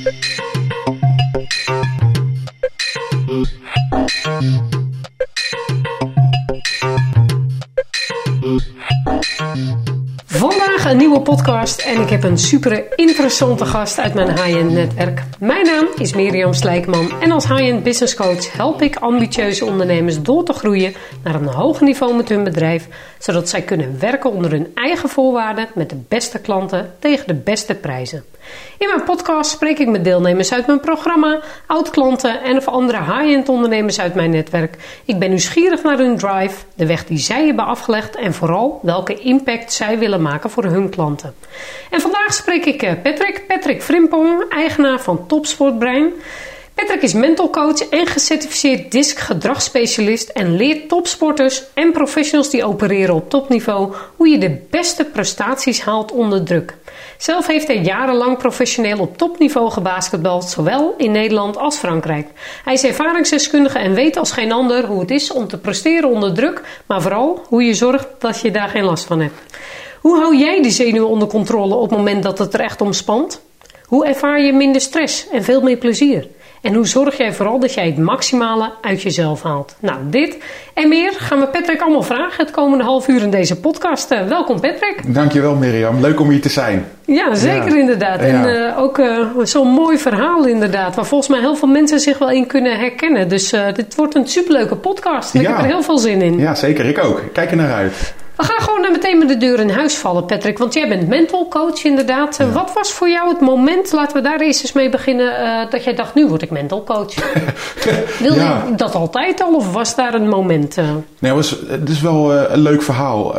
Vandaag een nieuwe podcast en ik heb een super interessante gast uit mijn high-end netwerk. Mijn naam is Mirjam Slijkman en als high-end business coach help ik ambitieuze ondernemers door te groeien naar een hoger niveau met hun bedrijf, zodat zij kunnen werken onder hun eigen voorwaarden met de beste klanten tegen de beste prijzen. In mijn podcast spreek ik met deelnemers uit mijn programma, oud-klanten en of andere high-end ondernemers uit mijn netwerk. Ik ben nieuwsgierig naar hun drive, de weg die zij hebben afgelegd en vooral welke impact zij willen maken voor hun klanten. En vandaag spreek ik Patrick Frimpong, eigenaar van Topsportbrein. Patrick is mental coach en gecertificeerd DISC gedragsspecialist en leert topsporters en professionals die opereren op topniveau hoe je de beste prestaties haalt onder druk. Zelf heeft hij jarenlang professioneel op topniveau gebasketbald, zowel in Nederland als Frankrijk. Hij is ervaringsdeskundige en weet als geen ander hoe het is om te presteren onder druk, maar vooral hoe je zorgt dat je daar geen last van hebt. Hoe hou jij de zenuwen onder controle op het moment dat het er echt om spant? Hoe ervaar je minder stress en veel meer plezier? En hoe zorg jij vooral dat jij het maximale uit jezelf haalt? Nou, dit en meer gaan we Patrick allemaal vragen het komende half uur in deze podcast. Welkom Patrick. Dankjewel Mirjam, leuk om hier te zijn. Ja, zeker inderdaad. En ook zo'n mooi verhaal inderdaad, waar volgens mij heel veel mensen zich wel in kunnen herkennen. Dus dit wordt een superleuke podcast. Ik heb er heel veel zin in. Ja, zeker. Ik ook. Ik kijk er naar uit. We gaan gewoon meteen met de deur in huis vallen, Patrick. Want jij bent mental coach inderdaad. Ja. Wat was voor jou het moment, laten we daar eerst eens mee beginnen, dat jij dacht, nu word ik mental coach? Wilde je dat altijd al of was daar een moment? Nee, het is wel een leuk verhaal.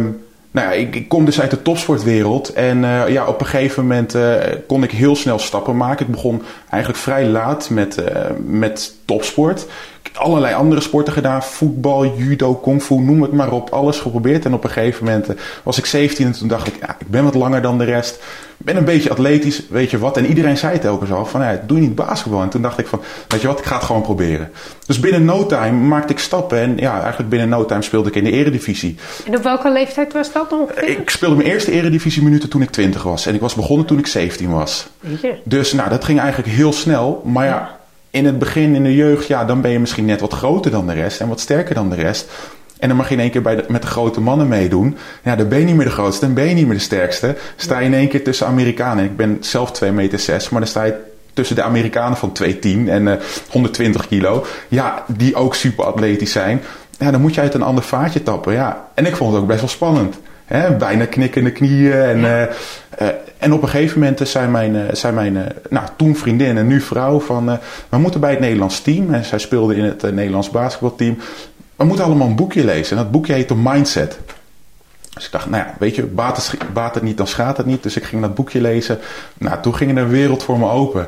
Ik kom dus uit de topsportwereld en op een gegeven moment kon ik heel snel stappen maken. Ik begon eigenlijk vrij laat met topsport. Ik heb allerlei andere sporten gedaan, voetbal, judo, kungfu, noem het maar op, alles geprobeerd. En op een gegeven moment was ik 17 en toen dacht ik, ik ben wat langer dan de rest. Ik ben een beetje atletisch, weet je wat. En iedereen zei telkens al van, doe je niet basketbal? En toen dacht ik van, weet je wat, ik ga het gewoon proberen. Dus binnen no time maakte ik stappen en eigenlijk binnen no time speelde ik in de eredivisie. En op welke leeftijd was dat ongeveer? Ik speelde mijn eerste eredivisie minuten toen ik 20 was. En ik was begonnen toen ik 17 was. Dus dat ging eigenlijk heel snel. Maar in het begin, in de jeugd, dan ben je misschien net wat groter dan de rest en wat sterker dan de rest. En dan mag je in één keer met de grote mannen meedoen. Ja, dan ben je niet meer de grootste, dan ben je niet meer de sterkste. Sta je in één keer tussen Amerikanen. Ik ben zelf 2,6 meter, maar dan sta je tussen de Amerikanen van 2,10 en 120 kilo. Ja, die ook super atletisch zijn. Ja, dan moet je uit een ander vaatje tappen. Ja. En ik vond het ook best wel spannend. Bijna knikkende knieën. En op een gegeven moment zei mijn toen vriendin en nu vrouw van, we moeten bij het Nederlands team. En zij speelde in het Nederlands basketbalteam. We moeten allemaal een boekje lezen. En dat boekje heette Mindset. Dus ik dacht, weet je, baat het niet, dan schaadt het niet. Dus ik ging dat boekje lezen. Toen ging er een wereld voor me open.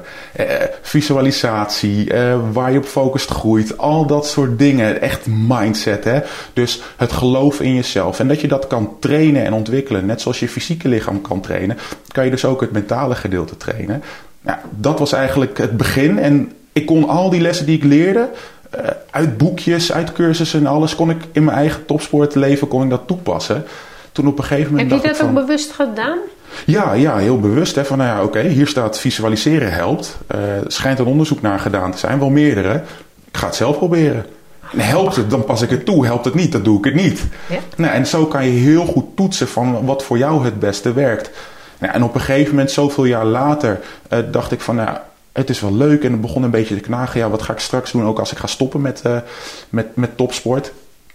Visualisatie, waar je op focust groeit. Al dat soort dingen. Echt mindset, hè. Dus het geloof in jezelf. En dat je dat kan trainen en ontwikkelen. Net zoals je fysieke lichaam kan trainen. Kan je dus ook het mentale gedeelte trainen. Dat was eigenlijk het begin. En ik kon al die lessen die ik leerde, uit boekjes, uit cursussen en alles, kon ik in mijn eigen topsportleven kon ik dat toepassen. Toen op een gegeven moment heb je dat ook bewust gedaan? Ja, heel bewust. Hè, van hier staat visualiseren helpt. Er schijnt een onderzoek naar gedaan te zijn, wel meerdere. Ik ga het zelf proberen. En helpt het, dan pas ik het toe. Helpt het niet, dan doe ik het niet. Ja. En zo kan je heel goed toetsen van wat voor jou het beste werkt. En op een gegeven moment, zoveel jaar later, dacht ik van, het is wel leuk. En het begon een beetje te knagen. Ja, wat ga ik straks doen, ook als ik ga stoppen met topsport.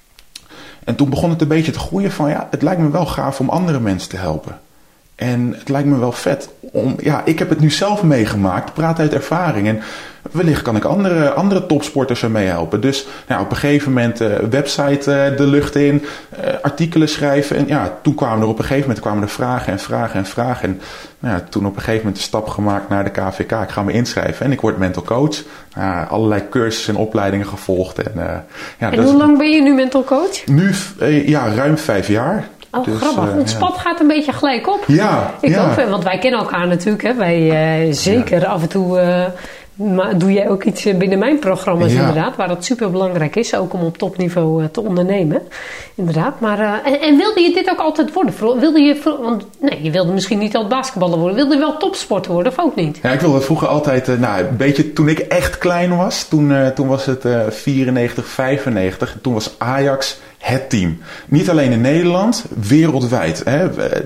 En toen begon het een beetje te groeien van, het lijkt me wel gaaf om andere mensen te helpen. En het lijkt me wel vet om, ik heb het nu zelf meegemaakt, praat uit ervaring. En wellicht kan ik andere topsporters ermee helpen. Dus op een gegeven moment website de lucht in, artikelen schrijven. En toen kwamen er op een gegeven moment vragen. En toen op een gegeven moment de stap gemaakt naar de KVK. Ik ga me inschrijven en ik word mental coach. Allerlei cursussen en opleidingen gevolgd. En hoe lang ben je nu mental coach? Nu ruim 5 jaar. Oh, dus, grappig. Ons pad gaat een beetje gelijk op. Ja. Ik ook, want wij kennen elkaar natuurlijk. Hè. Wij zeker af en toe Maar doe jij ook iets binnen mijn programma's inderdaad, waar dat super belangrijk is, ook om op topniveau te ondernemen. Inderdaad. Maar, en wilde je dit ook altijd worden? Want je wilde misschien niet altijd basketballer worden. Wilde je wel topsporter worden of ook niet? Ja, ik wilde vroeger altijd, een beetje toen ik echt klein was, toen was het 94, 95. Toen was Ajax het team. Niet alleen in Nederland, wereldwijd. Hè.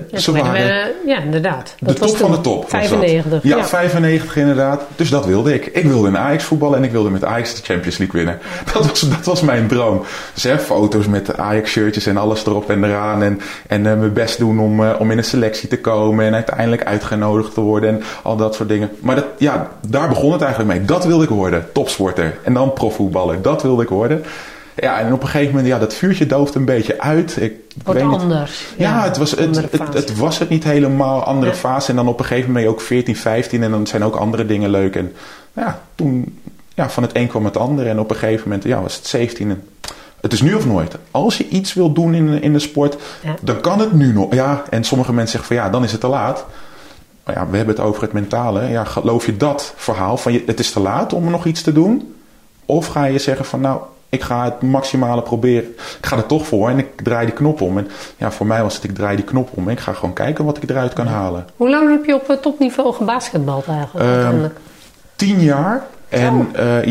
Ja, inderdaad. De top van de top. 95. Ja, 95 inderdaad. Dus dat wilde ik. Ik wilde in Ajax voetballen en ik wilde met Ajax de Champions League winnen. Dat was mijn droom. Dus foto's met Ajax shirtjes en alles erop en eraan. En mijn best doen om in een selectie te komen. En uiteindelijk uitgenodigd te worden. En al dat soort dingen. Maar daar begon het eigenlijk mee. Dat wilde ik worden. Topsporter. En dan profvoetballer. Dat wilde ik worden. Ja, en op een gegeven moment, dat vuurtje dooft een beetje uit. Wordt anders. Ja, het was het niet helemaal. Andere fase. En dan op een gegeven moment ook 14, 15. En dan zijn ook andere dingen leuk. En toen, van het een kwam het ander. En op een gegeven moment, was het 17. En het is nu of nooit. Als je iets wil doen in de sport, dan kan het nu nog. Ja, en sommige mensen zeggen van, dan is het te laat. Maar we hebben het over het mentale. Ja, geloof je dat verhaal van, het is te laat om nog iets te doen? Of ga je zeggen van, ik ga het maximale proberen. Ik ga er toch voor en ik draai die knop om. En voor mij was het, ik draai die knop om. En ik ga gewoon kijken wat ik eruit kan halen. Hoe lang heb je op topniveau gebasketbald eigenlijk uiteindelijk? 10 jaar. En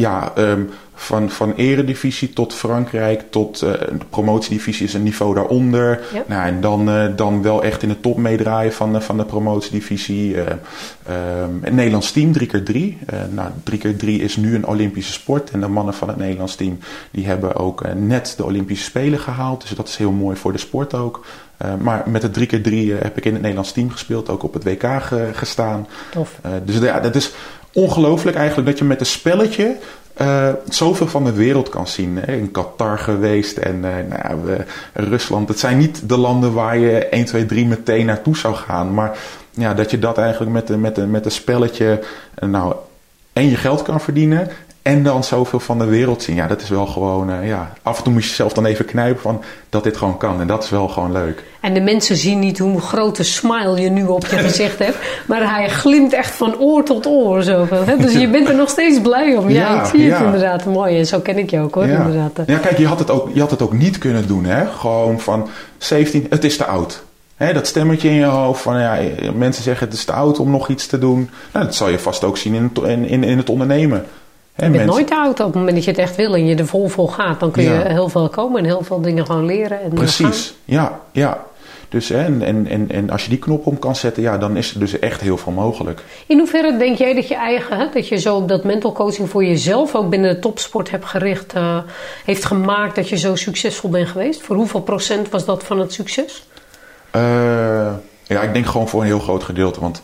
van eredivisie tot Frankrijk tot de promotiedivisie is een niveau daaronder. Ja. En dan wel echt in de top meedraaien van de promotiedivisie. Het Nederlands team 3x3. 3x3 is nu een Olympische sport. En de mannen van het Nederlands team die hebben ook net de Olympische Spelen gehaald. Dus dat is heel mooi voor de sport ook. Maar met het 3x3 heb ik in het Nederlands team gespeeld. Ook op het WK gestaan. Tof. Dus dat is ongelooflijk eigenlijk dat je met een spelletje zoveel van de wereld kan zien. Hè. In Qatar geweest en Rusland. Het zijn niet de landen waar je 1, 2, 3 meteen naartoe zou gaan. Maar dat je dat eigenlijk met een spelletje en je geld kan verdienen. En dan zoveel van de wereld zien. Ja, dat is wel gewoon... af en toe moet je zelf dan even knijpen van dat dit gewoon kan. En dat is wel gewoon leuk. En de mensen zien niet hoe grote smile je nu op je gezicht hebt. Maar hij glimt echt van oor tot oor. Zoveel, hè? Dus je bent er nog steeds blij om. Ja, ik zie het inderdaad. Mooi. En zo ken ik je ook hoor. Ja, inderdaad. Ja, kijk, je had het ook niet kunnen doen. Hè? Gewoon van 17, het is te oud. Hè, dat stemmetje in je hoofd van mensen zeggen het is te oud om nog iets te doen. Dat zal je vast ook zien in het ondernemen. Je bent nooit te oud op het moment dat je het echt wil en je er vol gaat. Dan kun je heel veel komen en heel veel dingen gewoon leren. En precies, ja. Dus, en als je die knop om kan zetten, dan is er dus echt heel veel mogelijk. In hoeverre denk jij dat je eigen, dat je zo dat mental coaching voor jezelf ook binnen de topsport hebt gericht, heeft gemaakt dat je zo succesvol bent geweest? Voor hoeveel procent was dat van het succes? Ik denk gewoon voor een heel groot gedeelte. Want,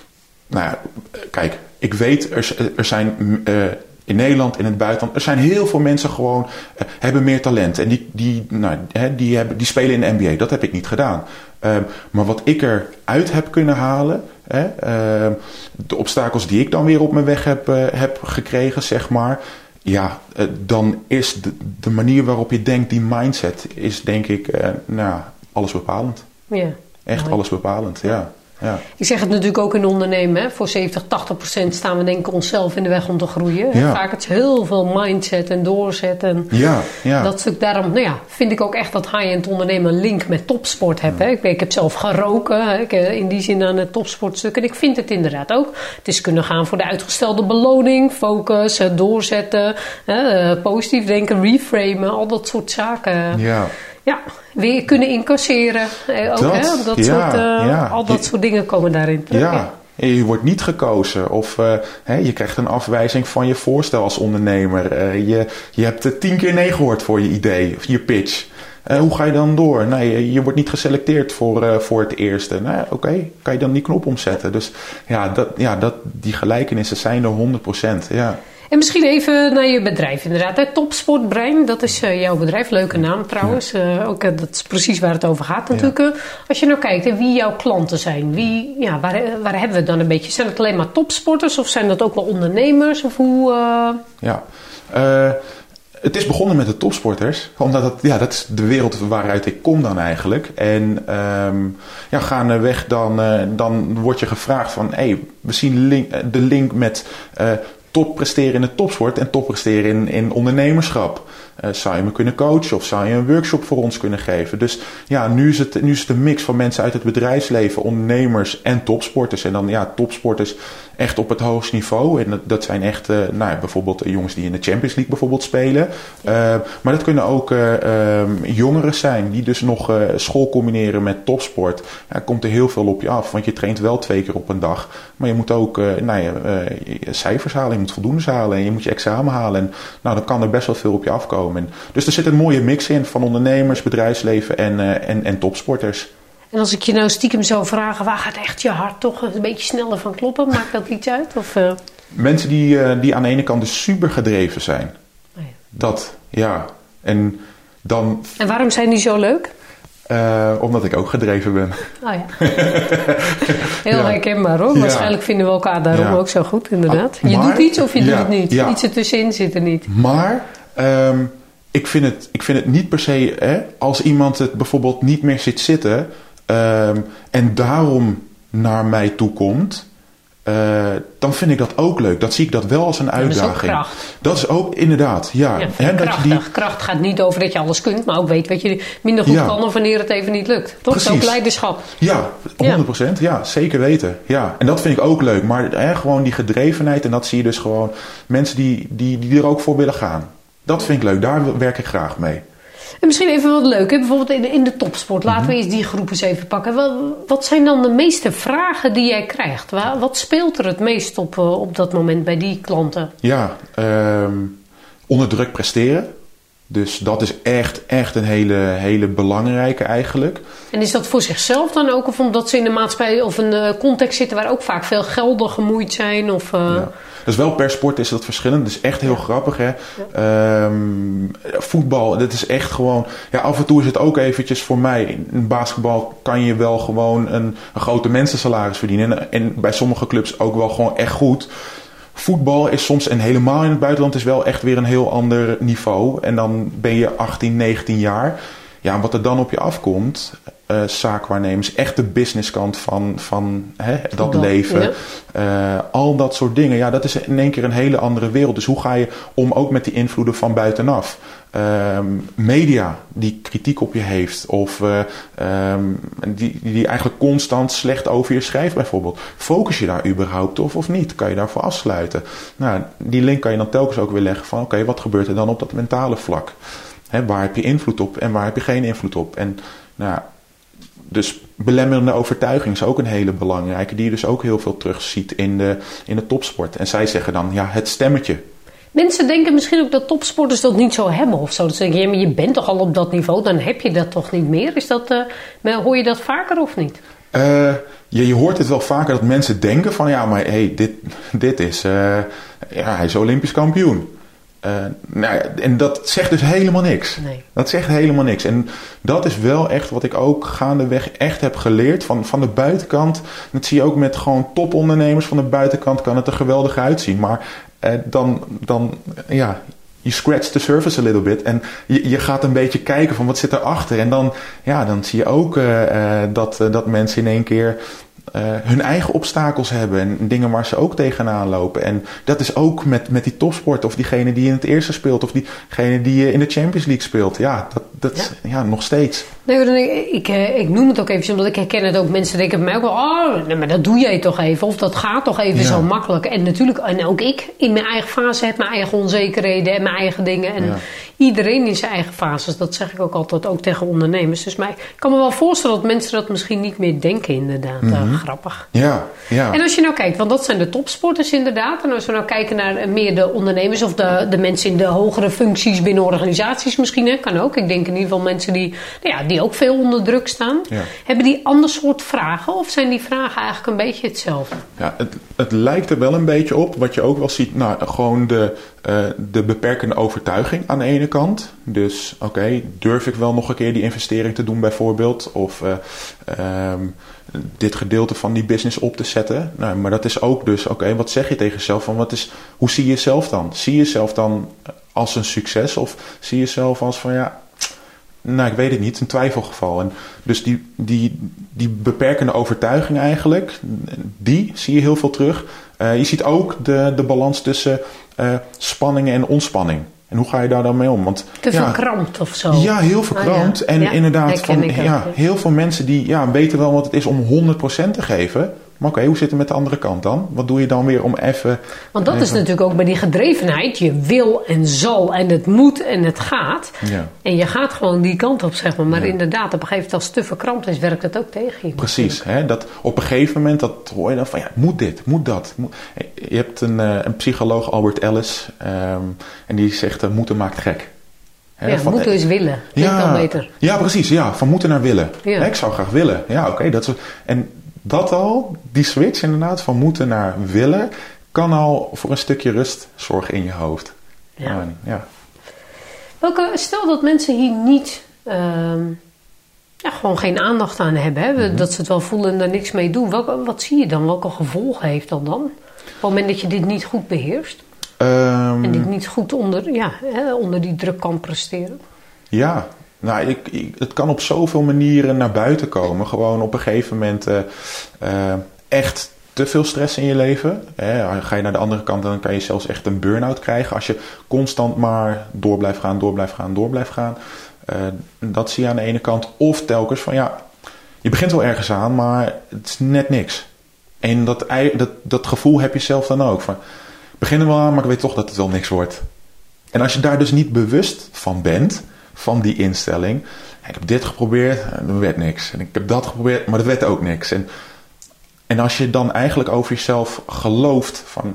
kijk, ik weet, er zijn... in Nederland, in het buitenland, er zijn heel veel mensen gewoon hebben meer talent. En die spelen in de NBA. Dat heb ik niet gedaan. Maar wat ik eruit heb kunnen halen, de obstakels die ik dan weer op mijn weg heb gekregen, zeg maar. Dan is de manier waarop je denkt, die mindset, is denk ik alles bepalend. Ja. Echt alles bepalend, ja. Ik zeg het natuurlijk ook in ondernemen. Hè. Voor 70-80% staan we denk ik onszelf in de weg om te groeien. Ja. Vaak het is heel veel mindset en doorzetten. Dat stuk, daarom vind ik ook echt dat high-end ondernemen een link met topsport heeft. Hè. Ik heb zelf geroken in die zin aan het topsportstuk. En ik vind het inderdaad ook. Het is kunnen gaan voor de uitgestelde beloning, focus, doorzetten, positief denken, reframen, al dat soort zaken. Ja, weer kunnen incasseren. Al dat soort dingen komen daarin terug. Ja. Je wordt niet gekozen of je krijgt een afwijzing van je voorstel als ondernemer. Je hebt 10 keer nee gehoord voor je idee of je pitch. Hoe ga je dan door? Nee, je wordt niet geselecteerd voor het eerste. Oké, kan je dan die knop omzetten? Dus die gelijkenissen zijn er 100%. Ja. En misschien even naar je bedrijf inderdaad. Hè? Topsportbrein, dat is jouw bedrijf. Leuke naam trouwens. Dat is precies waar het over gaat natuurlijk. Als je nou kijkt wie jouw klanten zijn. Waar hebben we het dan een beetje? Zijn het alleen maar topsporters of zijn dat ook wel ondernemers? Of hoe? Het is begonnen met de topsporters. Omdat dat is de wereld waaruit ik kom dan eigenlijk. En gaandeweg dan word je gevraagd van... we zien de link met top presteren in de topsport en top presteren in ondernemerschap. Zou je me kunnen coachen of zou je een workshop voor ons kunnen geven? Dus ja, nu is het een mix van mensen uit het bedrijfsleven, ondernemers en topsporters. En dan topsporters echt op het hoogste niveau. En dat zijn echt bijvoorbeeld jongens die in de Champions League bijvoorbeeld spelen. Maar dat kunnen ook jongeren zijn die dus nog school combineren met topsport. Ja, komt er heel veel op je af, want je traint wel 2 keer op een dag. Maar je moet ook cijfers halen, je moet voldoendes halen en je moet je examen halen. En dan kan er best wel veel op je afkomen. Dus er zit een mooie mix in van ondernemers, bedrijfsleven en topsporters. En als ik je nou stiekem zou vragen, waar gaat echt je hart toch een beetje sneller van kloppen? Maakt dat iets uit? Of, Mensen die aan de ene kant dus super gedreven zijn. Oh ja. Dat, ja. En waarom zijn die zo leuk? Omdat ik ook gedreven ben. Oh ja. Heel herkenbaar hoor. Ja. Waarschijnlijk vinden we elkaar daarom ook zo goed, inderdaad. Je doet iets of je doet het niet. Ja. Iets ertussenin zit er niet. Maar ik vind het niet per se, als iemand het bijvoorbeeld niet meer ziet zitten en daarom naar mij toe komt, dan vind ik dat ook leuk. Dat zie ik dat wel als een uitdaging. Dat is ook kracht. Dat is ook inderdaad, ja. Kracht gaat niet over dat je alles kunt, maar ook weet wat je minder goed kan of wanneer het even niet lukt. Toch? Dat is ook leiderschap. Ja, 100%. Ja, zeker weten. Ja. En dat vind ik ook leuk. Maar gewoon die gedrevenheid, en dat zie je dus gewoon mensen die er ook voor willen gaan. Dat vind ik leuk. Daar werk ik graag mee. En misschien even wat leuk, hè? Bijvoorbeeld in de topsport. Laten we eens die groep eens even pakken. Wat zijn dan de meeste vragen die jij krijgt? Wat speelt er het meest op dat moment bij die klanten? Ja, onder druk presteren. Dus dat is echt een hele belangrijke eigenlijk. En is dat voor zichzelf dan ook? Of omdat ze in een maatschappij of een context zitten waar ook vaak veel gelden gemoeid zijn? Of, Ja. Dus wel per sport is dat verschillend. Dat is echt heel grappig. Hè? Ja. Voetbal, dat is echt gewoon... Ja, af en toe is het ook eventjes voor mij... In basketbal kan je wel gewoon een grote mensensalaris verdienen. En bij sommige clubs ook wel gewoon echt goed. Voetbal is soms, en helemaal in het buitenland, is wel echt weer een heel ander niveau. En dan ben je 18, 19 jaar. Ja, wat er dan op je afkomt, zaakwaarnemers, echt de businesskant van dat leven. Ja. Al dat soort dingen. Ja, dat is in één keer een hele andere wereld. Dus hoe ga je om ook met die invloeden van buitenaf? Media die kritiek op je heeft of die eigenlijk constant slecht over je schrijft bijvoorbeeld. Focus je daar überhaupt of niet? Kan je daarvoor afsluiten? Nou, die link kan je dan telkens ook weer leggen van oké, wat gebeurt er dan op dat mentale vlak? Waar heb je invloed op en waar heb je geen invloed op? En dus belemmerende overtuiging is ook een hele belangrijke, die je dus ook heel veel terugziet in de topsport. En zij zeggen dan, ja, het stemmetje. Mensen denken misschien ook dat topsporters dat niet zo hebben of zo. Dat ze denken, ja, maar je bent toch al op dat niveau, dan heb je dat toch niet meer? Hoor je dat vaker of niet? Je hoort het wel vaker dat mensen denken van, ja, maar dit is, hij is Olympisch kampioen. En dat zegt dus helemaal niks. Nee. Dat zegt helemaal niks. En dat is wel echt wat ik ook gaandeweg echt heb geleerd van de buitenkant. Dat zie je ook met gewoon topondernemers. Van de buitenkant kan het er geweldig uitzien. Maar je scratch the surface a little bit. En je gaat een beetje kijken van wat zit erachter. En dan zie je ook dat mensen in één keer hun eigen obstakels hebben en dingen waar ze ook tegenaan lopen. En dat is ook met die topsport of diegene die in het eerste speelt of diegene die in de Champions League speelt. Ja, dat nog steeds. Nee, ik noem het ook even omdat ik herken het ook. Mensen denken bij mij ook wel, maar dat doe jij toch even. Of dat gaat toch even zo makkelijk. En natuurlijk, en ook ik in mijn eigen fase heb mijn eigen onzekerheden en mijn eigen dingen. En iedereen in zijn eigen fases. Dat zeg ik ook altijd, ook tegen ondernemers. Dus ik kan me wel voorstellen dat mensen dat misschien niet meer denken inderdaad. Grappig. Ja. En als je nou kijkt, want dat zijn de topsporters inderdaad. En als we nou kijken naar meer de ondernemers of de mensen in de hogere functies binnen organisaties misschien. Kan ook. Ik denk in ieder geval mensen die ook veel onder druk staan. Ja. Hebben die ander soort vragen of zijn die vragen eigenlijk een beetje hetzelfde? Ja, het lijkt er wel een beetje op. Wat je ook wel ziet, gewoon de beperkende overtuiging aan de ene kant. Dus durf ik wel nog een keer die investering te doen bijvoorbeeld? Of dit gedeelte van die business op te zetten. Maar dat is ook dus, wat zeg je tegen jezelf? Hoe zie je jezelf dan? Zie je jezelf dan als een succes? Of zie je jezelf als van Nou, ik weet het niet. Een twijfelgeval. En dus die beperkende overtuiging eigenlijk, die zie je heel veel terug. Je ziet ook de balans tussen spanningen en ontspanning. En hoe ga je daar dan mee om? Want, te verkrampt of zo. Ja, heel verkrampt. Ja. En inderdaad, heel veel mensen die weten wel wat het is om 100% te geven. Maar oké, hoe zit het met de andere kant dan? Wat doe je dan weer om even... Want dat is natuurlijk ook bij die gedrevenheid. Je wil en zal en het moet en het gaat. Ja. En je gaat gewoon die kant op, zeg maar. Maar inderdaad, op een gegeven moment als het te verkrampt is, werkt het ook tegen je. Precies. Hè? Dat op een gegeven moment, dat hoor je dan van, moet dit, moet dat. Je hebt een psycholoog, Albert Ellis. En die zegt, moeten maakt gek. Ja, van, moeten is willen. Dan beter. Ja, precies. Ja, van moeten naar willen. Ja. Ik zou graag willen. Ja, oké. En dat al, die switch inderdaad, van moeten naar willen, kan al voor een stukje rust zorgen in je hoofd. Ja. Stel dat mensen hier niet, gewoon geen aandacht aan hebben. Hè? Mm-hmm. Dat ze het wel voelen en er niks mee doen. Wat zie je dan? Welke gevolgen heeft dat dan? Op het moment dat je dit niet goed beheerst? En dit niet goed onder die druk kan presteren? Ja. Nou, het kan op zoveel manieren naar buiten komen. Gewoon op een gegeven moment echt te veel stress in je leven. Ga je naar de andere kant, dan kan je zelfs echt een burn-out krijgen. Als je constant maar door blijft gaan. Dat zie je aan de ene kant. Of telkens van je begint wel ergens aan, maar het is net niks. En dat gevoel heb je zelf dan ook. Van, ik begin er wel aan, maar ik weet toch dat het wel niks wordt. En als je daar dus niet bewust van bent, van die instelling. Ik heb dit geprobeerd, dat werd niks. En ik heb dat geprobeerd, maar dat werd ook niks. En als je dan eigenlijk over jezelf gelooft van,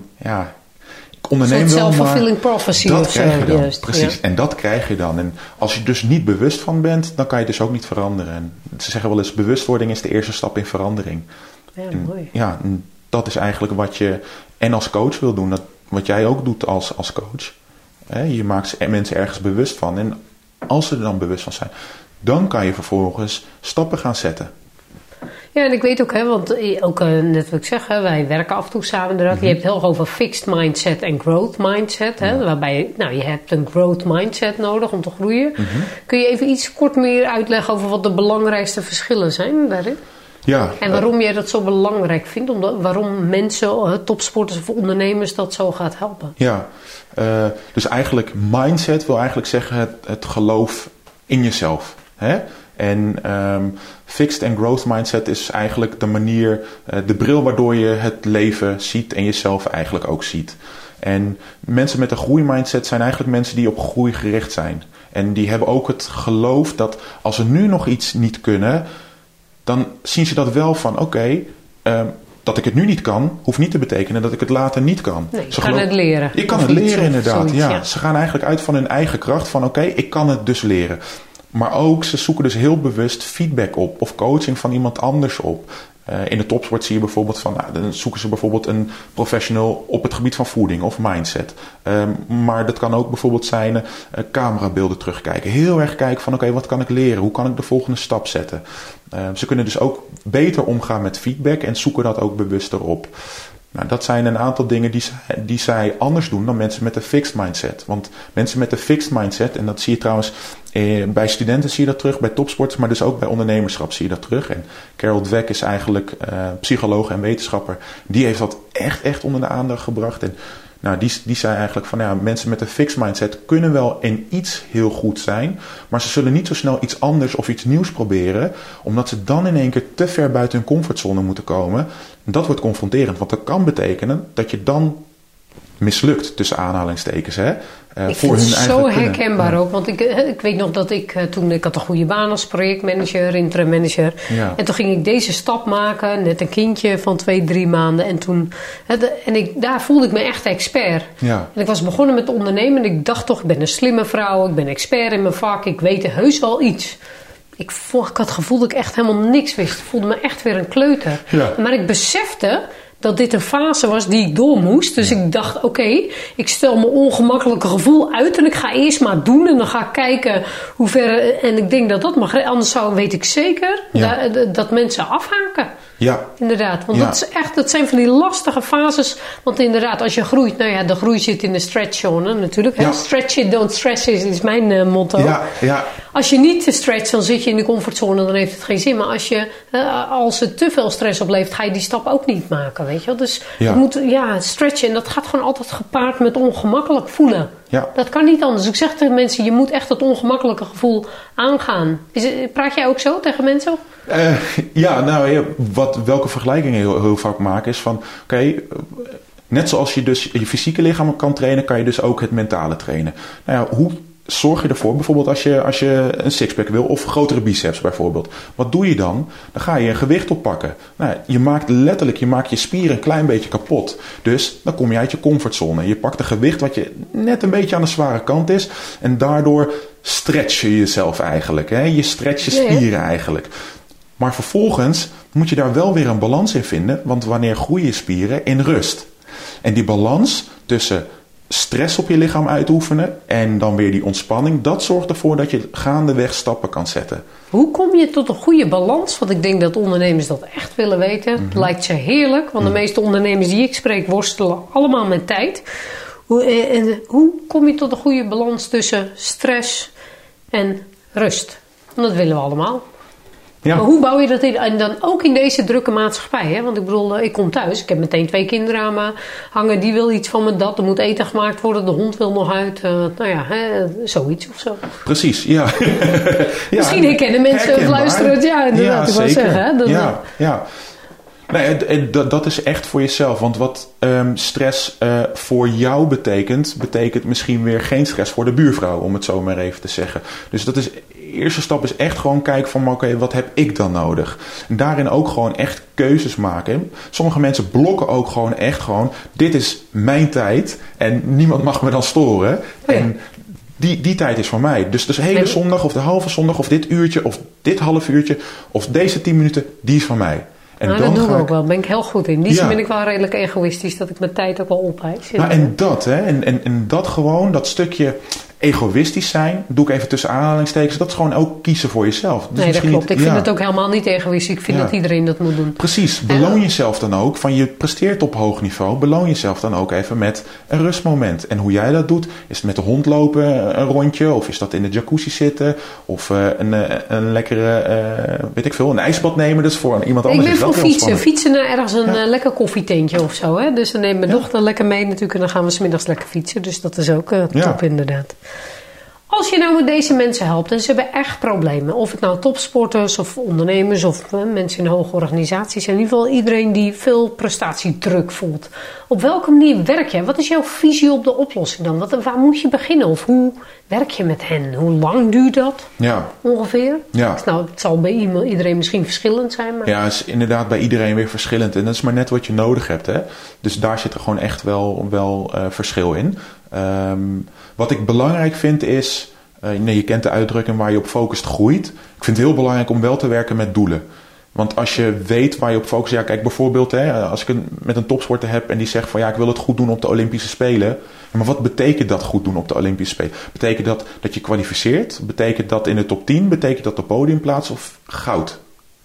ik onderneem wel, maar self-fulfilling prophecy dat krijg je dan. Juist, precies, ja. En dat krijg je dan. En als je dus niet bewust van bent, dan kan je dus ook niet veranderen. En ze zeggen wel eens, bewustwording is de eerste stap in verandering. Ja, mooi. Ja, dat is eigenlijk wat je en als coach wil doen. Wat jij ook doet als coach. Je maakt mensen ergens bewust van. En als ze er dan bewust van zijn, dan kan je vervolgens stappen gaan zetten. Ja, en ik weet ook, want ook net wat ik zeg, wij werken af en toe samen inderdaad. Mm-hmm. Je hebt het heel over fixed mindset en growth mindset. Waarbij je hebt een growth mindset nodig om te groeien. Mm-hmm. Kun je even iets kort meer uitleggen over wat de belangrijkste verschillen zijn daarin? Ja. En waarom jij dat zo belangrijk vindt? Waarom mensen, topsporters of ondernemers dat zo gaat helpen? Ja, dus eigenlijk mindset wil eigenlijk zeggen het geloof in jezelf. Hè? En fixed and growth mindset is eigenlijk de manier, de bril waardoor je het leven ziet en jezelf eigenlijk ook ziet. En mensen met een groeimindset zijn eigenlijk mensen die op groei gericht zijn. En die hebben ook het geloof dat als ze nu nog iets niet kunnen, dan zien ze dat wel van dat ik het nu niet kan, hoeft niet te betekenen dat ik het later niet kan. Nee, je kan het leren. Je kan het leren inderdaad, ja. Ze gaan eigenlijk uit van hun eigen kracht van ik kan het dus leren. Maar ook, ze zoeken dus heel bewust feedback op of coaching van iemand anders op. In de topsport zie je bijvoorbeeld dan zoeken ze bijvoorbeeld een professional op het gebied van voeding of mindset. Maar dat kan ook bijvoorbeeld zijn camerabeelden terugkijken. Heel erg kijken van wat kan ik leren? Hoe kan ik de volgende stap zetten? Ze kunnen dus ook beter omgaan met feedback en zoeken dat ook bewuster op. Nou, dat zijn een aantal dingen die zij anders doen dan mensen met een fixed mindset. Want mensen met een fixed mindset, en dat zie je trouwens bij studenten zie je dat terug, bij topsporters, maar dus ook bij ondernemerschap zie je dat terug. En Carol Dweck is eigenlijk psycholoog en wetenschapper. Die heeft dat echt onder de aandacht gebracht. En die zei eigenlijk van mensen met een fixed mindset kunnen wel in iets heel goed zijn, maar ze zullen niet zo snel iets anders of iets nieuws proberen, omdat ze dan in één keer te ver buiten hun comfortzone moeten komen. En dat wordt confronterend, want dat kan betekenen dat je dan mislukt, tussen aanhalingstekens. Hè? Ik vind het zo herkenbaar ook. Want ik weet nog dat ik had een goede baan als projectmanager, interim manager. Ja. En toen ging ik deze stap maken. Net een kindje van 2-3 maanden. En daar voelde ik me echt expert. Ja. En ik was begonnen met ondernemen. En ik dacht toch, ik ben een slimme vrouw. Ik ben expert in mijn vak. Ik weet heus wel iets. Ik had het gevoel dat ik echt helemaal niks wist. Ik voelde me echt weer een kleuter. Ja. Maar ik besefte dat dit een fase was die ik door moest. Dus ik dacht, ik stel mijn ongemakkelijke gevoel uit en ik ga eerst maar doen en dan ga ik kijken hoe ver. En ik denk dat mag. Anders weet ik zeker dat mensen afhaken. Ja. Inderdaad, want dat zijn van die lastige fases. Want inderdaad, als je groeit, de groei zit in de stretchzone natuurlijk. Ja. Stretch it, don't stress it is mijn motto. Ja. Als je niet te stretcht, dan zit je in de comfortzone, dan heeft het geen zin. Maar als het te veel stress oplevert, ga je die stap ook niet maken, weet je wel. Dus je moet stretchen en dat gaat gewoon altijd gepaard met ongemakkelijk voelen. Ja. Dat kan niet anders. Ik zeg tegen mensen, je moet echt het ongemakkelijke gevoel aangaan. Praat jij ook zo tegen mensen? Welke vergelijking heel vaak maken is van... net zoals je dus je fysieke lichaam kan trainen, kan je dus ook het mentale trainen. Hoe zorg je ervoor, bijvoorbeeld als je een sixpack wil of grotere biceps bijvoorbeeld. Wat doe je dan? Dan ga je een gewicht oppakken. Je maakt je spieren een klein beetje kapot. Dus dan kom je uit je comfortzone. Je pakt een gewicht wat je net een beetje aan de zware kant is. En daardoor stretch je jezelf eigenlijk. Hè? Je stretch je spieren eigenlijk. Maar vervolgens moet je daar wel weer een balans in vinden. Want wanneer groeien je spieren? In rust. En die balans tussen stress op je lichaam uitoefenen en dan weer die ontspanning, dat zorgt ervoor dat je gaandeweg stappen kan zetten. Hoe kom je tot een goede balans? Want ik denk dat ondernemers dat echt willen weten. Het lijkt ze heerlijk, want de meeste ondernemers die ik spreek worstelen allemaal met tijd. Hoe kom je tot een goede balans tussen stress en rust? Want dat willen we allemaal. Ja. Maar hoe bouw je dat in? En dan ook in deze drukke maatschappij. Hè? Want ik bedoel, ik kom thuis. Ik heb meteen 2 kinderen aan me hangen. Die wil iets van me dat. Er moet eten gemaakt worden. De hond wil nog uit. Zoiets of zo. Precies, ja. Misschien herkennen mensen het luisteren. Ja, inderdaad. Ja, ik wel zeggen. Hè? Ja. Nee, dat is echt voor jezelf. Want wat stress voor jou betekent misschien weer geen stress voor de buurvrouw, om het zo maar even te zeggen. Dus dat is, eerste stap is echt gewoon kijken van, oké, wat heb ik dan nodig? En daarin ook gewoon echt keuzes maken. Sommige mensen blokken ook gewoon, dit is mijn tijd en niemand mag me dan storen. Ja. En die tijd is voor mij. Dus de hele zondag of de halve zondag of dit uurtje of dit half uurtje of deze 10 minuten, die is van mij. En dat doen we ook wel. Daar ben ik heel goed in. Die zin ben ik wel redelijk egoïstisch, dat ik mijn tijd ook wel opeis. En dat, hè. En dat gewoon, dat stukje egoïstisch zijn, doe ik even tussen aanhalingstekens, dat is gewoon ook kiezen voor jezelf. Dus nee, dat klopt. Ik vind het ook helemaal niet egoïstisch. Ik vind dat iedereen dat moet doen. Precies. Beloon jezelf dan ook, van je presteert op hoog niveau, beloon jezelf dan ook even met een rustmoment. En hoe jij dat doet, is het met de hond lopen, een rondje, of is dat in de jacuzzi zitten, of een lekkere, een ijsbad nemen, dus voor iemand anders. Ik ben voor fietsen. Fietsen naar ergens een lekker koffietentje of zo. Hè? Dus dan neemt mijn dochter lekker mee natuurlijk en dan gaan we 's middags lekker fietsen. Dus dat is ook top inderdaad. Als je nou met deze mensen helpt en ze hebben echt problemen, of het nou topsporters of ondernemers of mensen in hoge organisaties zijn, in ieder geval iedereen die veel prestatiedruk voelt. Op welke manier werk je? Wat is jouw visie op de oplossing dan? Waar moet je beginnen? Of hoe werk je met hen? Hoe lang duurt dat ongeveer? Ja. Nou, het zal bij iedereen misschien verschillend zijn. Maar... Ja, het is inderdaad bij iedereen weer verschillend. En dat is maar net wat je nodig hebt. Hè? Dus daar zit er gewoon echt wel verschil in. Wat ik belangrijk vind is, je kent de uitdrukking waar je op focust groeit. Ik vind het heel belangrijk om wel te werken met doelen. Want als je weet waar je op focust, kijk bijvoorbeeld, als ik met een topsporter heb en die zegt van ik wil het goed doen op de Olympische Spelen. Maar wat betekent dat goed doen op de Olympische Spelen? Betekent dat je kwalificeert? Betekent dat in de top 10? Betekent dat op podiumplaats of goud?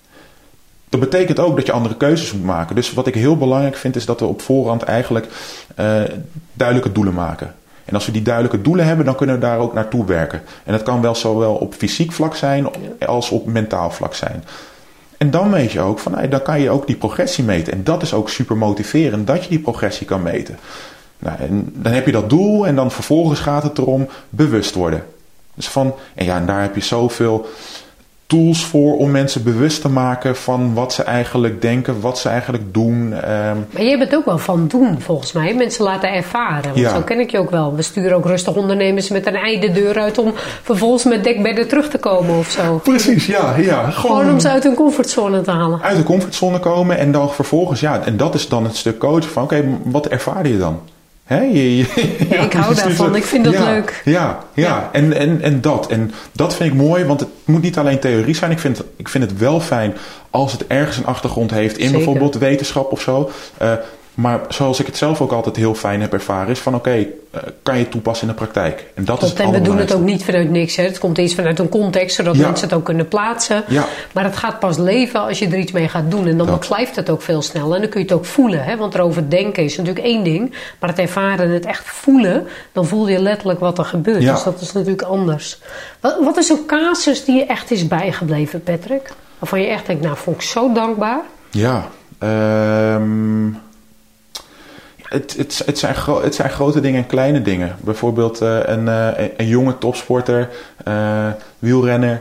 Dat betekent ook dat je andere keuzes moet maken. Dus wat ik heel belangrijk vind is dat we op voorhand eigenlijk duidelijke doelen maken. En als we die duidelijke doelen hebben, dan kunnen we daar ook naartoe werken. En dat kan wel zowel op fysiek vlak zijn als op mentaal vlak zijn. En dan weet je ook van, dan kan je ook die progressie meten. En dat is ook super motiverend, dat je die progressie kan meten. Nou, en dan heb je dat doel en dan vervolgens gaat het erom bewust worden. Dus en daar heb je zoveel tools voor om mensen bewust te maken van wat ze eigenlijk denken, wat ze eigenlijk doen. Maar jij bent ook wel van doen, volgens mij. Mensen laten ervaren. Want zo ken ik je ook wel. We sturen ook rustig ondernemers met een ei de deur uit om vervolgens met dekbedden terug te komen of zo. Precies, ja. Gewoon om ze uit hun comfortzone te halen. Uit de comfortzone komen en dan vervolgens, en dat is dan het stuk coachen van, wat ervaarde je dan? Ik hou daarvan, ik vind dat leuk. Ja. En dat vind ik mooi, want het moet niet alleen theorie zijn. Ik vind het wel fijn als het ergens een achtergrond heeft in bijvoorbeeld wetenschap of zo. Maar zoals ik het zelf ook altijd heel fijn heb ervaren, is van kan je toepassen in de praktijk. En dat is het en we doen het ook niet vanuit niks. Hè. Het komt eens vanuit een context, zodat mensen het ook kunnen plaatsen. Ja. Maar het gaat pas leven als je er iets mee gaat doen. En dan beklijft het ook veel sneller. En dan kun je het ook voelen. Hè. Want erover denken is natuurlijk één ding. Maar het ervaren en het echt voelen, dan voel je letterlijk wat er gebeurt. Ja. Dus dat is natuurlijk anders. Wat is zo'n casus die je echt is bijgebleven, Patrick? Waarvan je echt denkt, vond ik zo dankbaar. Ja, het zijn grote dingen en kleine dingen. Bijvoorbeeld een jonge topsporter, wielrenner,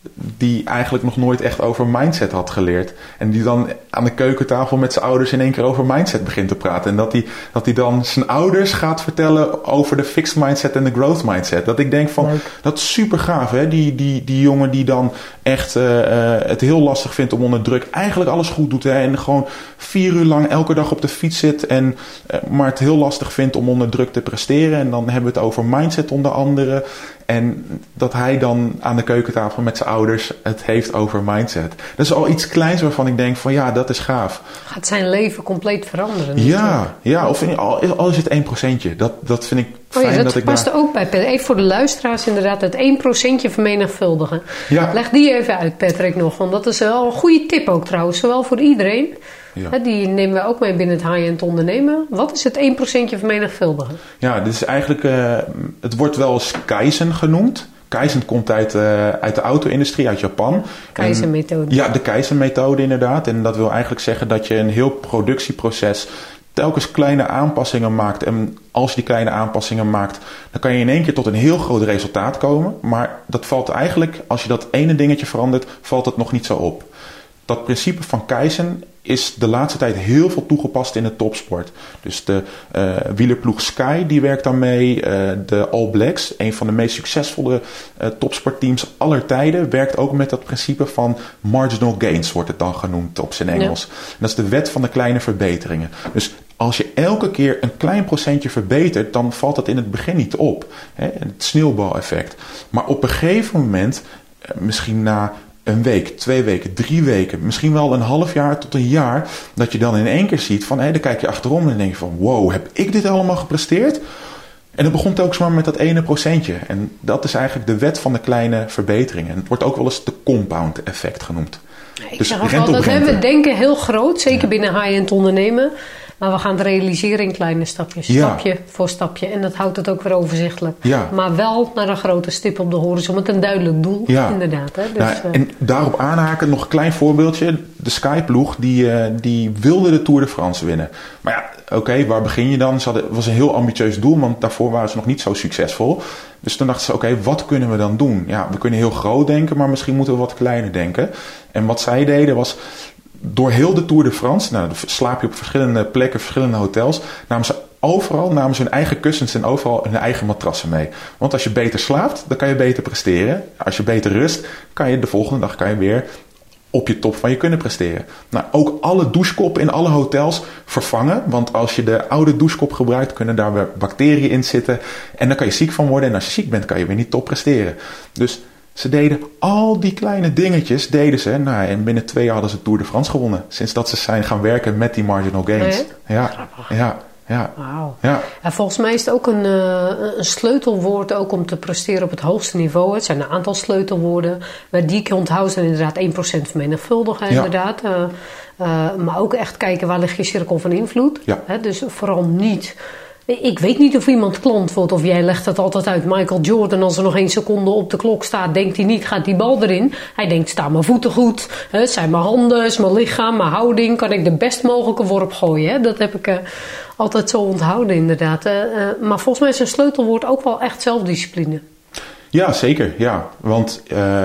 die eigenlijk nog nooit echt over mindset had geleerd. En die dan aan de keukentafel met zijn ouders in één keer over mindset begint te praten. En dat hij dan zijn ouders gaat vertellen over de fixed mindset en de growth mindset. Dat ik denk van, dat is super gaaf, hè? Die jongen die dan echt het heel lastig vindt om onder druk eigenlijk alles goed doet. Hè? En gewoon 4 uur lang elke dag op de fiets zit. Maar het heel lastig vindt om onder druk te presteren. En dan hebben we het over mindset onder andere. En dat hij dan aan de keukentafel met zijn ouders het heeft over mindset. Dat is al iets kleins waarvan ik denk van dat is gaaf. Gaat zijn leven compleet veranderen. Ja, of al is het 1%. Dat vind ik fijn dat ik past er ook bij. Even voor de luisteraars inderdaad, het 1% vermenigvuldigen. Ja. Leg die even uit, Patrick, nog. Want dat is wel een goede tip ook trouwens, zowel voor iedereen. Ja. Die nemen we ook mee binnen het high-end ondernemen. Wat is het 1% vermenigvuldigen? Ja, dit is eigenlijk, het wordt wel eens Kaizen genoemd. Kaizen komt uit de auto-industrie, uit Japan. Kaizen-methode. Ja, de Kaizen-methode inderdaad. En dat wil eigenlijk zeggen dat je een heel productieproces telkens kleine aanpassingen maakt. En als je die kleine aanpassingen maakt, dan kan je in één keer tot een heel groot resultaat komen. Maar dat valt eigenlijk, als je dat ene dingetje verandert, valt het nog niet zo op. Dat principe van Kaizen is de laatste tijd heel veel toegepast in de topsport. Dus de wielerploeg Sky, die werkt daarmee. De All Blacks, een van de meest succesvolle topsportteams aller tijden, werkt ook met dat principe van marginal gains, wordt het dan genoemd op zijn Engels. Ja. En dat is de wet van de kleine verbeteringen. Dus als je elke keer een klein procentje verbetert, dan valt dat in het begin niet op. Hè? Het sneeuwbaleffect. Maar op een gegeven moment, misschien na een week, 2 weken, 3 weken, misschien wel een half jaar tot een jaar, dat je dan in één keer ziet van, dan kijk je achterom en dan denk je van, wow, heb ik dit allemaal gepresteerd? En dat begon telkens maar met dat 1%. En dat is eigenlijk de wet van de kleine verbeteringen. En het wordt ook wel eens de compound effect genoemd. Ik zeg ook wel, dat we denken heel groot, zeker binnen high-end ondernemen. Maar we gaan het realiseren in kleine stapjes. Stapje voor stapje. En dat houdt het ook weer overzichtelijk. Ja. Maar wel naar een grote stip op de horizon. Met een duidelijk doel. Ja. Inderdaad. Hè? Dus, en daarop aanhaken nog een klein voorbeeldje. De Sky-ploeg die wilde de Tour de France winnen. Maar oké, waar begin je dan? Het was een heel ambitieus doel. Want daarvoor waren ze nog niet zo succesvol. Dus toen dachten ze, oké, wat kunnen we dan doen? Ja, we kunnen heel groot denken. Maar misschien moeten we wat kleiner denken. En wat zij deden was, door heel de Tour de France, dan slaap je op verschillende plekken, verschillende hotels, namen ze hun eigen kussens en overal hun eigen matrassen mee. Want als je beter slaapt, dan kan je beter presteren. Als je beter rust, kan je de volgende dag weer op je top van je kunnen presteren. Ook alle douchekoppen in alle hotels vervangen. Want als je de oude douchekop gebruikt, kunnen daar weer bacteriën in zitten. En dan kan je ziek van worden. En als je ziek bent, kan je weer niet top presteren. Dus ze deden al die kleine dingetjes, en binnen 2 jaar hadden ze Tour de France gewonnen. Sinds dat ze zijn gaan werken met die marginal gains. Ja. Wauw. Ja. En volgens mij is het ook een sleutelwoord ook om te presteren op het hoogste niveau. Het zijn een aantal sleutelwoorden. Die ik onthoud zijn inderdaad 1% vermenigvuldigen. Inderdaad. Maar ook echt kijken, waar ligt je cirkel van invloed? Ja. Dus vooral niet. Ik weet niet of iemand klant wordt of jij legt het altijd uit. Michael Jordan, als er nog 1 seconde op de klok staat, denkt hij niet, gaat die bal erin. Hij denkt, staan mijn voeten goed? Zijn mijn handen, is mijn lichaam, mijn houding? Kan ik de best mogelijke worp gooien? Dat heb ik altijd zo onthouden inderdaad. Maar volgens mij is een sleutelwoord ook wel echt zelfdiscipline. Ja, zeker. Ja. Want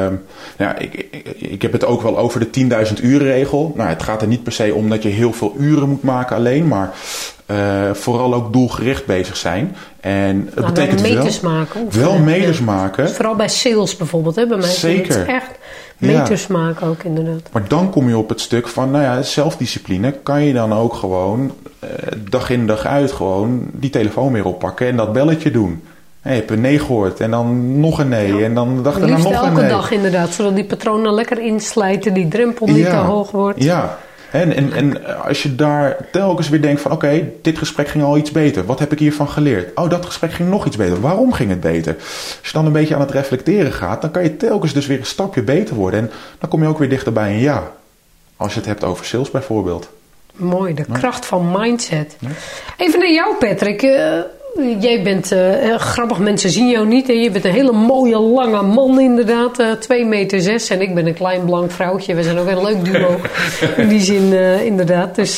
ik heb het ook wel over de 10.000 uren regel. Het gaat er niet per se om dat je heel veel uren moet maken alleen, maar vooral ook doelgericht bezig zijn. En het betekent meters maken. Wel meters maken. Dus vooral bij sales bijvoorbeeld. Bij mij zeker. Het echt meters maken ook inderdaad. Maar dan kom je op het stuk van zelfdiscipline. Kan je dan ook gewoon dag in dag uit gewoon die telefoon weer oppakken en dat belletje doen. Je hebt een nee gehoord en dan nog een nee. En dan dacht er nog een nee. Elke dag inderdaad, zodat die patronen lekker inslijten, die drempel niet te hoog wordt. Ja. En als je daar telkens weer denkt van oké, dit gesprek ging al iets beter. Wat heb ik hiervan geleerd? Oh, dat gesprek ging nog iets beter. Waarom ging het beter? Als je dan een beetje aan het reflecteren gaat, dan kan je telkens dus weer een stapje beter worden. En dan kom je ook weer dichter bij een ja. Als je het hebt over sales bijvoorbeeld. Mooi, de kracht van mindset. Ja. Even naar jou, Patrick. Jij bent grappig, mensen zien jou niet. En je bent een hele mooie, lange man inderdaad. 2,6 meter. En ik ben een klein blank vrouwtje. We zijn ook een leuk duo. In die zin inderdaad. Dus,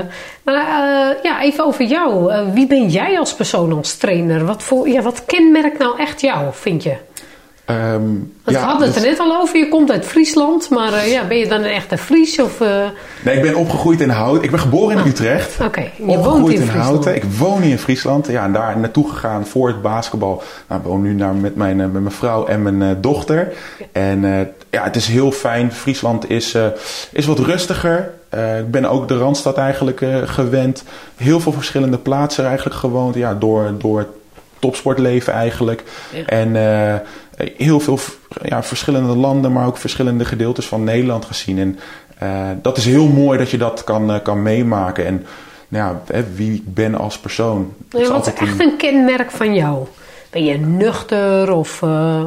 even over jou. Wie ben jij als persoon, als trainer? Wat kenmerkt nou echt jou, vind je? We hadden het er net al over. Je komt uit Friesland. Maar ben je dan een echte Fries? Of, Nee, ik ben opgegroeid in Houten. Ik ben geboren in Utrecht. Oké, je woont in Friesland. Houten. Ik woon hier in Friesland. Ja, en daar naartoe gegaan voor het basketbal. Nou, ik woon nu met mijn vrouw en mijn dochter. En het is heel fijn. Friesland is wat rustiger. Ik ben ook de Randstad eigenlijk gewend. Heel veel verschillende plaatsen eigenlijk gewoond. Ja, door het topsportleven eigenlijk. Ja. En heel veel verschillende landen, maar ook verschillende gedeeltes van Nederland gezien. En dat is heel mooi dat je dat kan meemaken. En wie ik ben als persoon. Ja, wat is echt een kenmerk van jou? Ben je nuchter of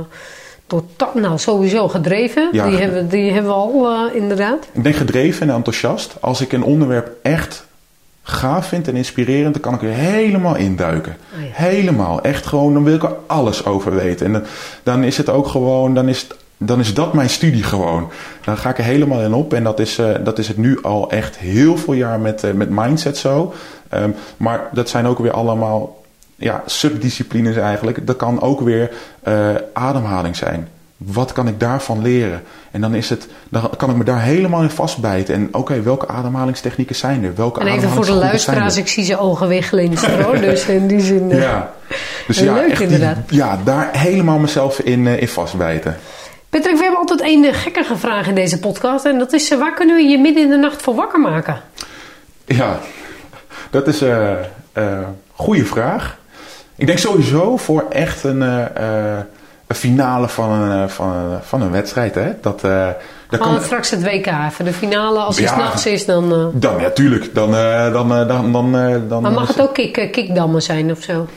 sowieso gedreven? Ja, die hebben we al inderdaad. Ik ben gedreven en enthousiast. Als ik een onderwerp echt gaaf vind en inspirerend, dan kan ik er helemaal induiken. Oh ja. Helemaal. Echt gewoon, dan wil ik er alles over weten. En dan is het ook gewoon, dan is dat mijn studie gewoon. Dan ga ik er helemaal in op. En dat is het nu al echt heel veel jaar met mindset zo. Maar dat zijn ook weer allemaal subdisciplines eigenlijk. Dat kan ook weer ademhaling zijn. Wat kan ik daarvan leren? En dan kan ik me daar helemaal in vastbijten. En welke ademhalingstechnieken zijn er? En even voor de luisteraars, ik zie ze ogen weer glinsteren hoor. Dus in die zin dus leuk echt inderdaad. Daar helemaal mezelf in vastbijten. Patrick, we hebben altijd een gekkige vraag in deze podcast. En dat is, waar kunnen we je midden in de nacht voor wakker maken? Ja, dat is een goede vraag. Ik denk sowieso voor echt een finale van een wedstrijd. Hè? Straks het WK even. De finale, als het 's nachts is, dan... Ja, tuurlijk. Dan maar mag het ook kikdammen zijn of zo?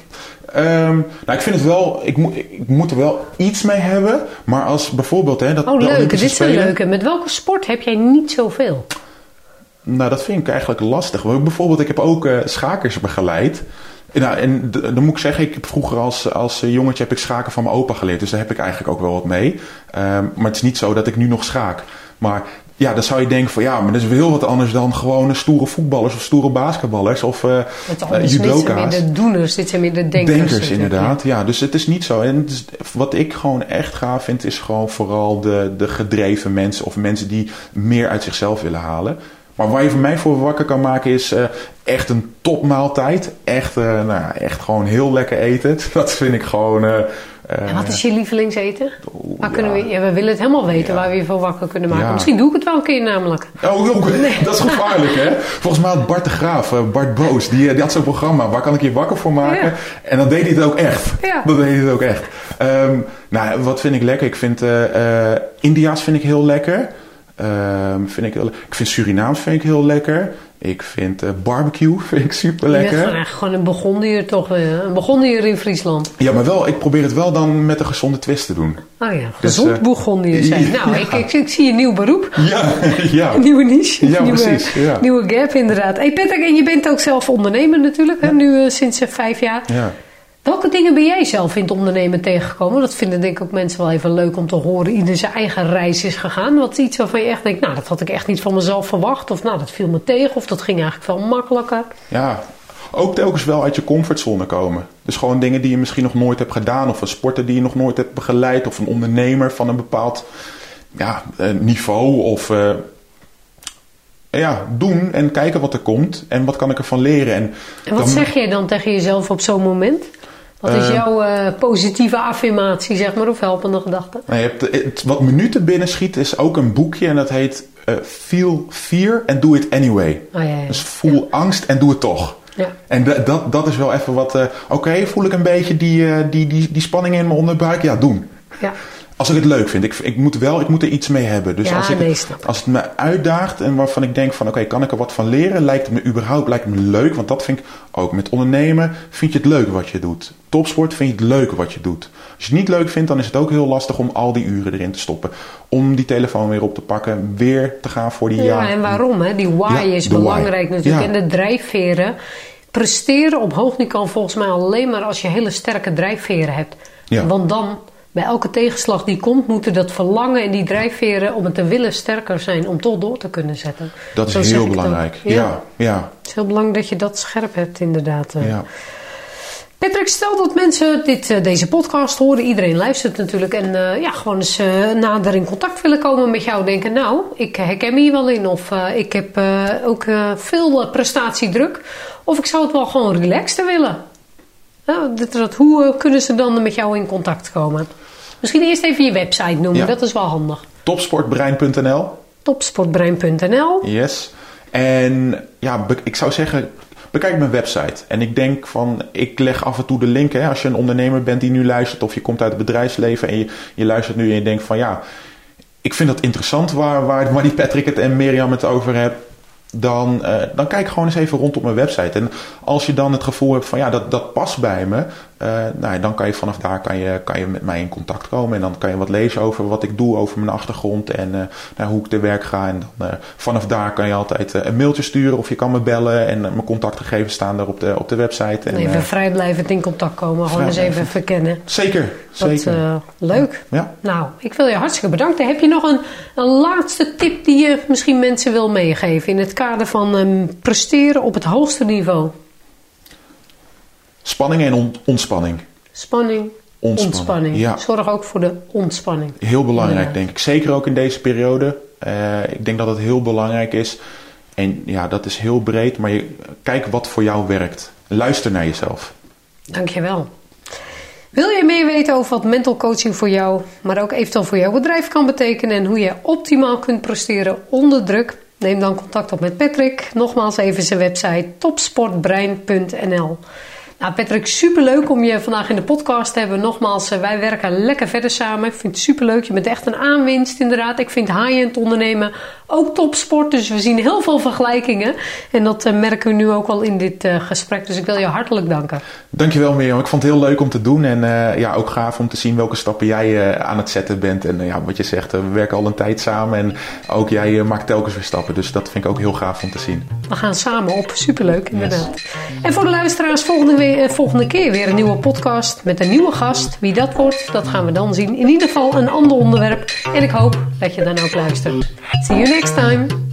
Ik vind het wel... Ik moet er wel iets mee hebben. Maar als bijvoorbeeld... leuk. Dit zijn leuke. Met welke sport heb jij niet zoveel? Nou, dat vind ik eigenlijk lastig. Bijvoorbeeld, ik heb ook schakers begeleid. Nou, en dan moet ik zeggen, ik heb vroeger als jongetje heb ik schaken van mijn opa geleerd. Dus daar heb ik eigenlijk ook wel wat mee. Maar het is niet zo dat ik nu nog schaak. Maar dan zou je denken van maar dat is wel heel wat anders dan gewoon stoere voetballers of stoere basketballers of judoka's. Dit zijn meer de doeners, dit zijn meer de denkers. Denkers inderdaad, ja. Dus het is niet zo. En wat ik gewoon echt gaaf vind, is gewoon vooral de gedreven mensen of mensen die meer uit zichzelf willen halen. Maar waar je van mij voor wakker kan maken is echt een topmaaltijd. Echt gewoon heel lekker eten. Dat vind ik gewoon... en wat is je lievelingseten? We willen het helemaal weten waar we je voor wakker kunnen maken. Ja. Misschien doe ik het wel een keer namelijk. Dat is gevaarlijk hè. Volgens mij had Bart de Graaf, Bart Boos, die had zo'n programma. Waar kan ik je wakker voor maken? Ja. En dan deed hij het ook echt. Ja. Dat deed hij het ook echt. Wat vind ik lekker? Ik vind India's vind ik heel lekker. Ik vind Surinaams heel lekker. Ik vind barbecue vind ik super lekker. Je bent gewoon een Burgondiër toch? Een Burgondiër in Friesland. Ja, maar ik probeer het wel dan met een gezonde twist te doen. Oh ja, gezond Burgondiër zijn. Ja. Nou, ik zie een nieuw beroep. Ja. Een nieuwe niche. Ja, precies. Ja. Nieuwe gap inderdaad. Hey Patrick, en je bent ook zelf ondernemer natuurlijk. Hè? Nu sinds 5 jaar. Ja. Welke dingen ben jij zelf in het ondernemen tegengekomen? Dat vinden denk ik ook mensen wel even leuk om te horen. Ieder zijn eigen reis is gegaan. Wat is iets waarvan je echt denkt, dat had ik echt niet van mezelf verwacht. Of dat viel me tegen. Of dat ging eigenlijk veel makkelijker. Ja, ook telkens wel uit je comfortzone komen. Dus gewoon dingen die je misschien nog nooit hebt gedaan. Of een sporter die je nog nooit hebt begeleid. Of een ondernemer van een bepaald niveau. Of doen en kijken wat er komt. En wat kan ik ervan leren. En wat zeg jij dan tegen jezelf op zo'n moment? Wat is jouw positieve affirmatie, zeg maar, of helpende gedachte? Wat me nu te binnen schiet is ook een boekje en dat heet Feel Fear and Do It Anyway. Oh, ja. Dus voel angst en doe het toch. Ja. En dat is wel even wat... voel ik een beetje die spanning in mijn onderbuik? Ja, doen. Ja. Als ik het leuk vind. Ik moet er iets mee hebben. Dus als het me uitdaagt en waarvan ik denk van oké, kan ik er wat van leren? Lijkt het me leuk? Want dat vind ik ook met ondernemen. Vind je het leuk wat je doet? Topsport, vind je het leuk wat je doet? Als je het niet leuk vindt, dan is het ook heel lastig om al die uren erin te stoppen. Om die telefoon weer op te pakken. Weer te gaan voor die ja. En waarom? Hè? Die why is belangrijk natuurlijk. En de drijfveren. Presteren op hoog niveau volgens mij alleen maar als je hele sterke drijfveren hebt. Ja. Want dan, bij elke tegenslag die komt, moeten dat verlangen en die drijfveren om het te willen sterker zijn om toch door te kunnen zetten. Dat is heel belangrijk. Ja. Het is heel belangrijk dat je dat scherp hebt inderdaad. Ja. Patrick, stel dat mensen deze podcast horen. Iedereen luistert natuurlijk. En gewoon eens nader in contact willen komen met jou. Denken, nou, ik herken me hier wel in. Of ik heb ook veel prestatiedruk. Of ik zou het wel gewoon relaxter willen. Hoe kunnen ze dan met jou in contact komen? Misschien eerst even je website noemen. Ja. Dat is wel handig. Topsportbrein.nl. Topsportbrein.nl. Yes. En ja, ik zou zeggen, bekijk mijn website. En ik denk van, ik leg af en toe de link. Hè, als je een ondernemer bent die nu luistert of je komt uit het bedrijfsleven en je luistert nu en je denkt van ja, ik vind dat interessant waar die Patrick het en Mirjam het over hebben. Dan kijk gewoon eens even rond op mijn website. En als je dan het gevoel hebt van ja, dat past bij me. Dan kan je vanaf daar kan je met mij in contact komen. En dan kan je wat lezen over wat ik doe, over mijn achtergrond. En hoe ik te werk ga. En dan, vanaf daar kan je altijd een mailtje sturen of je kan me bellen. En mijn contactgegevens staan daar op de website. En, even vrijblijvend in contact komen. Gewoon eens even verkennen. Zeker. Leuk. Ja. Nou, ik wil je hartstikke bedanken. Heb je nog een laatste tip die je misschien mensen wil meegeven in het kader van presteren op het hoogste niveau? Spanning en ontspanning. Ontspanning. Ja. Zorg ook voor de ontspanning. Heel belangrijk, denk ik. Zeker ook in deze periode. Ik denk dat het heel belangrijk is. En ja, dat is heel breed. Maar kijk wat voor jou werkt. Luister naar jezelf. Dankjewel. Wil je meer weten over wat mental coaching voor jou, maar ook eventueel voor jouw bedrijf kan betekenen en hoe je optimaal kunt presteren onder druk? Neem dan contact op met Patrick. Nogmaals even zijn website topsportbrein.nl. Nou Patrick, superleuk om je vandaag in de podcast te hebben. Nogmaals, wij werken lekker verder samen. Ik vind het superleuk. Je bent echt een aanwinst inderdaad. Ik vind high-end ondernemen ook topsport. Dus we zien heel veel vergelijkingen. En dat merken we nu ook al in dit gesprek. Dus ik wil je hartelijk danken. Dankjewel Mirjam. Ik vond het heel leuk om te doen. En ook gaaf om te zien welke stappen jij aan het zetten bent. En wat je zegt, we werken al een tijd samen. En ook jij maakt telkens weer stappen. Dus dat vind ik ook heel gaaf om te zien. We gaan samen op. Superleuk inderdaad. Yes. En voor de luisteraars, volgende keer weer een nieuwe podcast met een nieuwe gast. Wie dat wordt, dat gaan we dan zien. In ieder geval een ander onderwerp. En ik hoop dat je dan ook luistert. See you next time.